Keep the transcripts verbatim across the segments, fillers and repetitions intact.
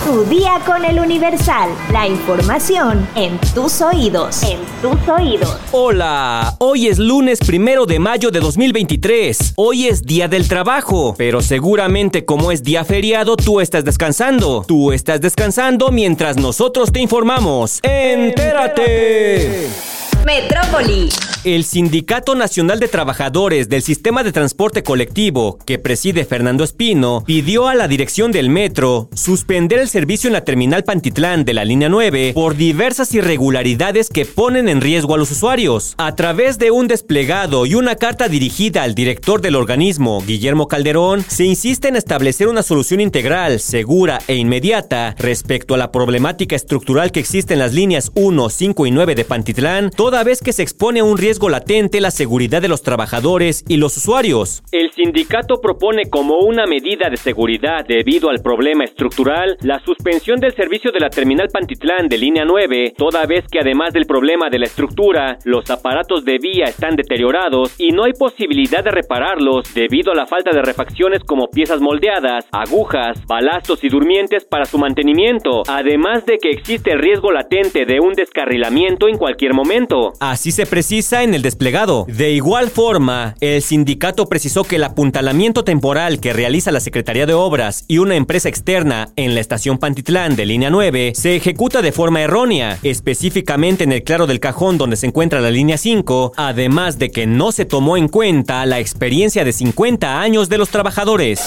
Tu día con el Universal. La información en tus oídos. En tus oídos. Hola, hoy es lunes primero de mayo de dos mil veintitrés. Hoy es día del trabajo, pero seguramente como es día feriado, tú estás descansando. Tú estás descansando mientras nosotros te informamos. ¡Entérate! Metrópoli. El Sindicato Nacional de Trabajadores del Sistema de Transporte Colectivo, que preside Fernando Espino, pidió a la dirección del metro suspender el servicio en la terminal Pantitlán de la línea nueve por diversas irregularidades que ponen en riesgo a los usuarios. A través de un desplegado y una carta dirigida al director del organismo, Guillermo Calderón, se insiste en establecer una solución integral, segura e inmediata respecto a la problemática estructural que existe en las líneas uno, cinco y nueve de Pantitlán, toda vez que se expone a un riesgo latente la seguridad de los trabajadores y los usuarios. El sindicato propone como una medida de seguridad debido al problema estructural la suspensión del servicio de la terminal Pantitlán de línea nueve, toda vez que además del problema de la estructura, los aparatos de vía están deteriorados y no hay posibilidad de repararlos debido a la falta de refacciones como piezas moldeadas, agujas, balastos y durmientes para su mantenimiento, además de que existe el riesgo latente de un descarrilamiento en cualquier momento. Así se precisa en el desplegado. De igual forma, el sindicato precisó que el apuntalamiento temporal que realiza la Secretaría de Obras y una empresa externa en la estación Pantitlán de línea nueve se ejecuta de forma errónea, específicamente en el claro del cajón donde se encuentra la línea cinco, además de que no se tomó en cuenta la experiencia de cincuenta años de los trabajadores.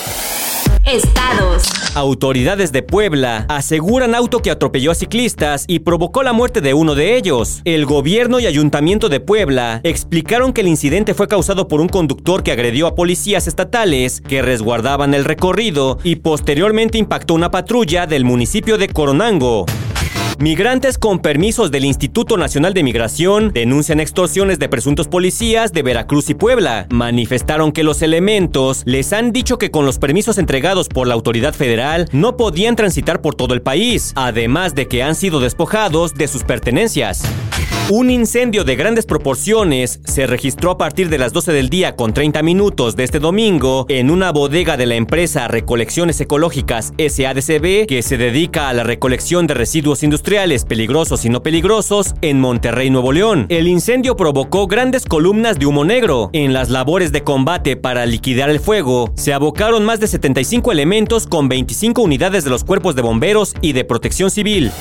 Estados. Autoridades de Puebla aseguran auto que atropelló a ciclistas y provocó la muerte de uno de ellos. El gobierno y ayuntamiento de Puebla explicaron que el incidente fue causado por un conductor que agredió a policías estatales que resguardaban el recorrido y posteriormente impactó una patrulla del municipio de Coronango. Migrantes con permisos del Instituto Nacional de Migración denuncian extorsiones de presuntos policías de Veracruz y Puebla. Manifestaron que los elementos les han dicho que con los permisos entregados por la autoridad federal no podían transitar por todo el país, además de que han sido despojados de sus pertenencias. Un incendio de grandes proporciones se registró a partir de las doce del día con treinta minutos de este domingo en una bodega de la empresa Recolecciones Ecológicas S A D C B, que se dedica a la recolección de residuos industriales peligrosos y no peligrosos en Monterrey, Nuevo León. El incendio provocó grandes columnas de humo negro. En las labores de combate para liquidar el fuego, se abocaron más de setenta y cinco elementos con veinticinco unidades de los cuerpos de bomberos y de protección civil.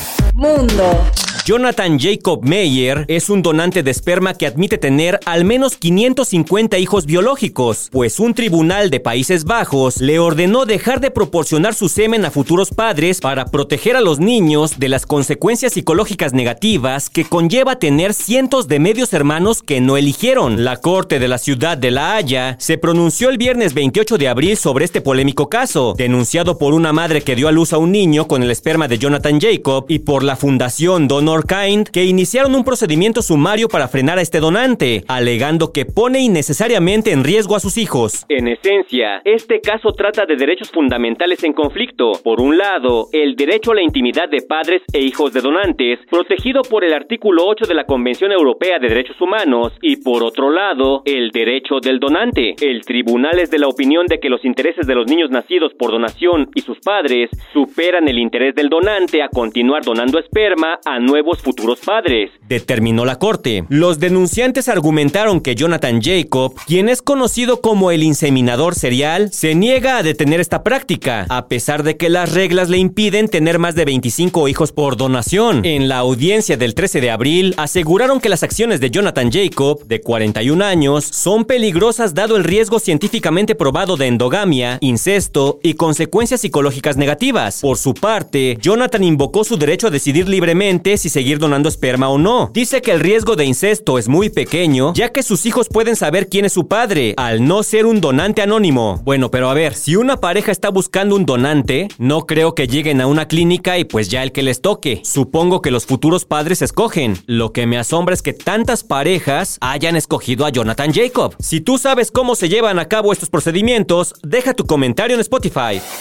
Mundo. Jonathan Jacob Meyer es un donante de esperma que admite tener al menos quinientos cincuenta hijos biológicos, pues un tribunal de Países Bajos le ordenó dejar de proporcionar su semen a futuros padres para proteger a los niños de las consecuencias psicológicas negativas que conlleva tener cientos de medios hermanos que no eligieron. La Corte de la Ciudad de La Haya se pronunció el viernes veintiocho de abril sobre este polémico caso, denunciado por una madre que dio a luz a un niño con el esperma de Jonathan Jacob y por la Fundación Donor Kind, que iniciaron un procedimiento sumario para frenar a este donante, alegando que pone innecesariamente en riesgo a sus hijos. En esencia, este caso trata de derechos fundamentales en conflicto. Por un lado, el derecho a la intimidad de padres e hijos de donantes, protegido por el artículo ocho de la Convención Europea de Derechos Humanos, y por otro lado, el derecho del donante. El tribunal es de la opinión de que los intereses de los niños nacidos por donación y sus padres superan el interés del donante a continuar donando esperma a nuevos futuros padres, determinó la corte. Los denunciantes argumentaron que Jonathan Jacob, quien es conocido como el inseminador serial, se niega a detener esta práctica, a pesar de que las reglas le impiden tener más de veinticinco hijos por donación. En la audiencia del trece de abril, aseguraron que las acciones de Jonathan Jacob, de cuarenta y un años, son peligrosas dado el riesgo científicamente probado de endogamia, incesto y consecuencias psicológicas negativas. Por su parte, Jonathan invocó su derecho a decidir libremente si se seguir donando esperma o no. Dice que el riesgo de incesto es muy pequeño, ya que sus hijos pueden saber quién es su padre, al no ser un donante anónimo. Bueno, pero a ver, si una pareja está buscando un donante, no creo que lleguen a una clínica y pues ya el que les toque. Supongo que los futuros padres escogen. Lo que me asombra es que tantas parejas hayan escogido a Jonathan Jacob. Si tú sabes cómo se llevan a cabo estos procedimientos, deja tu comentario en Spotify.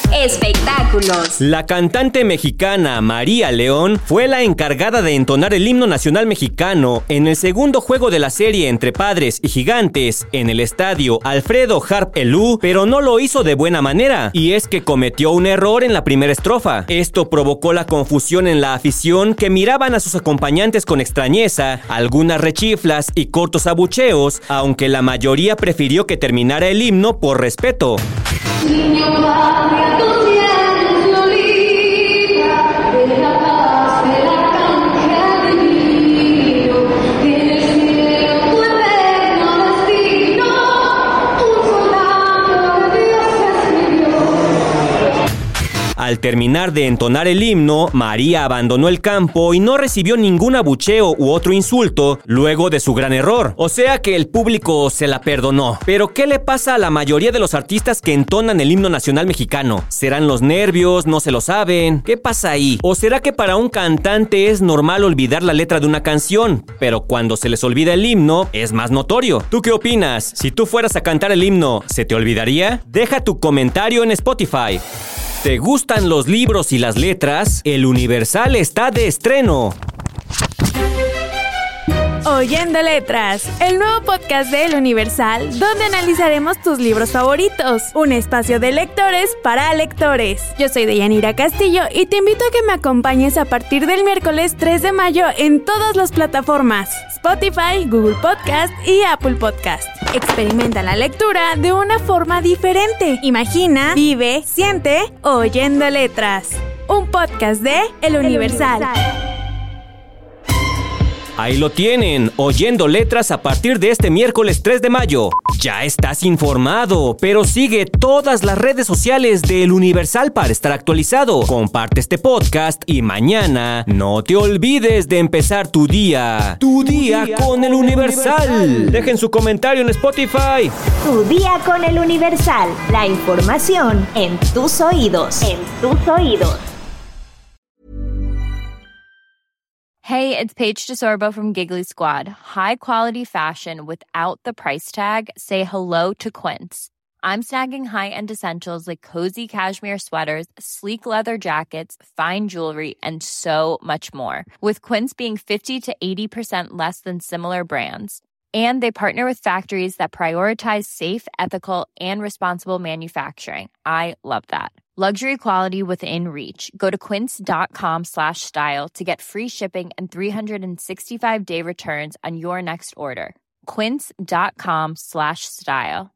Espectáculos. La cantante mexicana María León fue la encargada de entonar el himno nacional mexicano en el segundo juego de la serie entre Padres y Gigantes en el estadio Alfredo Harp Elú, pero no lo hizo de buena manera, y es que cometió un error en la primera estrofa. Esto provocó la confusión en la afición, que miraban a sus acompañantes con extrañeza, algunas rechiflas y cortos abucheos, aunque la mayoría prefirió que terminara el himno por respeto. Niño patria, tu cielo libra de la paz del arcángel divino, que en el cielo tu eterno destino, un soldado de Dios escribió. Al terminar de entonar el himno, María abandonó el campo y no recibió ningún abucheo u otro insulto luego de su gran error. O sea que el público se la perdonó. Pero ¿qué le pasa a la mayoría de los artistas que entonan el himno nacional mexicano? ¿Serán los nervios? ¿No se lo saben? ¿Qué pasa ahí? ¿O será que para un cantante es normal olvidar la letra de una canción, pero cuando se les olvida el himno es más notorio? ¿Tú qué opinas? Si tú fueras a cantar el himno, ¿se te olvidaría? Deja tu comentario en Spotify. ¿Te gustan los libros y las letras? El Universal está de estreno. Oyendo Letras, el nuevo podcast de El Universal, donde analizaremos tus libros favoritos. Un espacio de lectores para lectores. Yo soy Deyanira Castillo y te invito a que me acompañes a partir del miércoles tres de mayo en todas las plataformas: Spotify, Google Podcast y Apple Podcast. Experimenta la lectura de una forma diferente. Imagina, vive, siente, Oyendo Letras. Un podcast de El Universal. El Universal. Ahí lo tienen, Oyendo Letras a partir de este miércoles tres de mayo. Ya estás informado, pero sigue todas las redes sociales de El Universal para estar actualizado. Comparte este podcast y mañana no te olvides de empezar tu día. Tu día, día con El Universal. Universal. Dejen su comentario en Spotify. Tu día con El Universal. La información en tus oídos. En tus oídos. Hey, it's Paige DeSorbo from Giggly Squad. High quality fashion without the price tag. Say hello to Quince. I'm snagging high-end essentials like cozy cashmere sweaters, sleek leather jackets, fine jewelry, and so much more. With Quince being fifty to eighty percent less than similar brands. And they partner with factories that prioritize safe, ethical, and responsible manufacturing. I love that. Luxury quality within reach. Go to quince.com slash style to get free shipping and three sixty-five day returns on your next order. Quince.com slash style.